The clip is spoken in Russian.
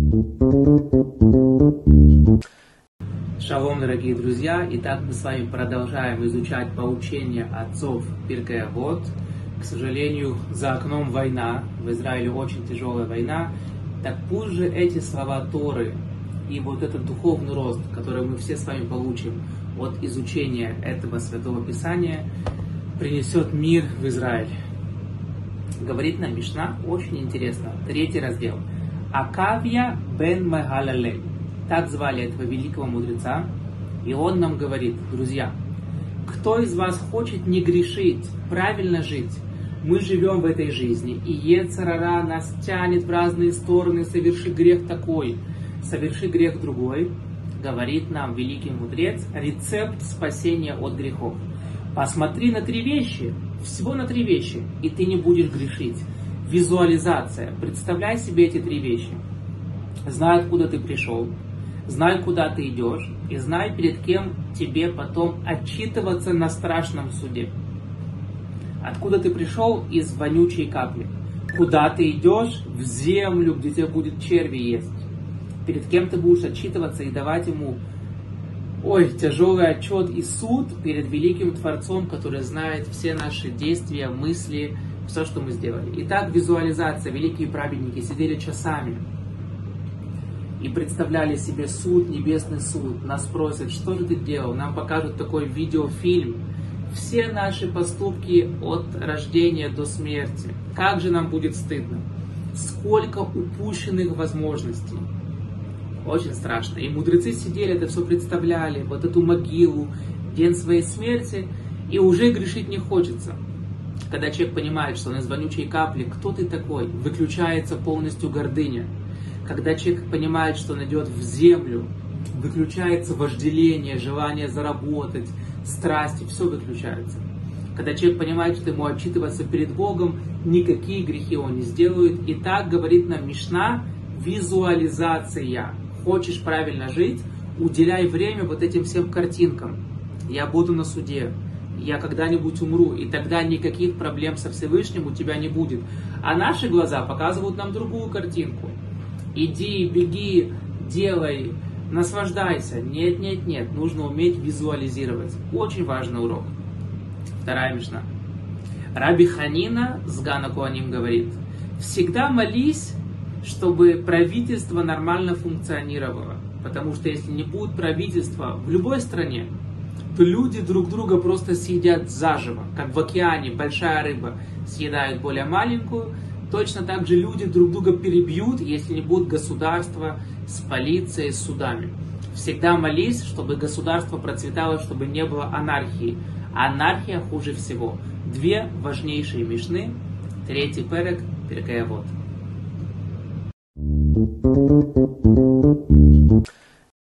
Шалом, дорогие друзья! Итак, мы с вами продолжаем изучать поучения отцов Пиркей Авот. К сожалению, за окном война, в Израиле очень тяжелая война. Так пусть же эти слова Торы и вот этот духовный рост, который мы все с вами получим от изучения этого Святого Писания, принесет мир в Израиль. Говорит нам Мишна, очень интересно, 3 раздел. Акавья бен Магалалель. Так звали этого великого мудреца. И он нам говорит: друзья, кто из вас хочет не грешить, правильно жить? Мы живем в этой жизни, и йецер ара нас тянет в разные стороны: соверши грех такой, соверши грех другой. Говорит нам великий мудрец рецепт спасения от грехов. Посмотри на 3 вещи, всего на 3 вещи, и ты не будешь грешить. Визуализация. Представляй себе эти 3 вещи. Знай, откуда ты пришел, знай, куда ты идешь, и знай, перед кем тебе потом отчитываться на страшном суде. Откуда ты пришел? Из вонючей капли. Куда ты идешь? В землю, где тебя будет черви есть. Перед кем ты будешь отчитываться и давать ему тяжелый отчет и суд перед великим Творцом, который знает все наши действия, мысли, все, что мы сделали. Итак, визуализация. Великие праведники сидели часами и представляли себе суд, небесный суд. Нас спросят: что же ты делал? Нам покажут такой видеофильм. Все наши поступки от рождения до смерти. Как же нам будет стыдно? Сколько упущенных возможностей. Очень страшно. И мудрецы сидели, это все представляли, вот эту могилу, день своей смерти, и уже грешить не хочется. Когда человек понимает, что он из вонючей капли, кто ты такой, выключается полностью гордыня. Когда человек понимает, что он идет в землю, выключается вожделение, желание заработать, страсти, все выключается. Когда человек понимает, что ему отчитываться перед Богом, никакие грехи он не сделает. И так говорит нам Мишна: визуализация. Хочешь правильно жить, уделяй время вот этим всем картинкам. Я буду на суде, я когда-нибудь умру, и тогда никаких проблем со Всевышним у тебя не будет. А наши глаза показывают нам другую картинку. Иди, беги, делай, наслаждайся. Нет, нет, нет, нужно уметь визуализировать. Очень важный урок. 2 Мишна. Раби Ханина Сган ха-Коаним говорит: всегда молись, чтобы правительство нормально функционировало. Потому что если не будет правительства в любой стране, то люди друг друга просто съедят заживо. Как в океане большая рыба съедает более маленькую, точно так же люди друг друга перебьют, если не будет государства с полицией, с судами. Всегда молись, чтобы государство процветало, чтобы не было анархии. Анархия хуже всего. 2 важнейшие мишны, 3 перек Пиркей Авот.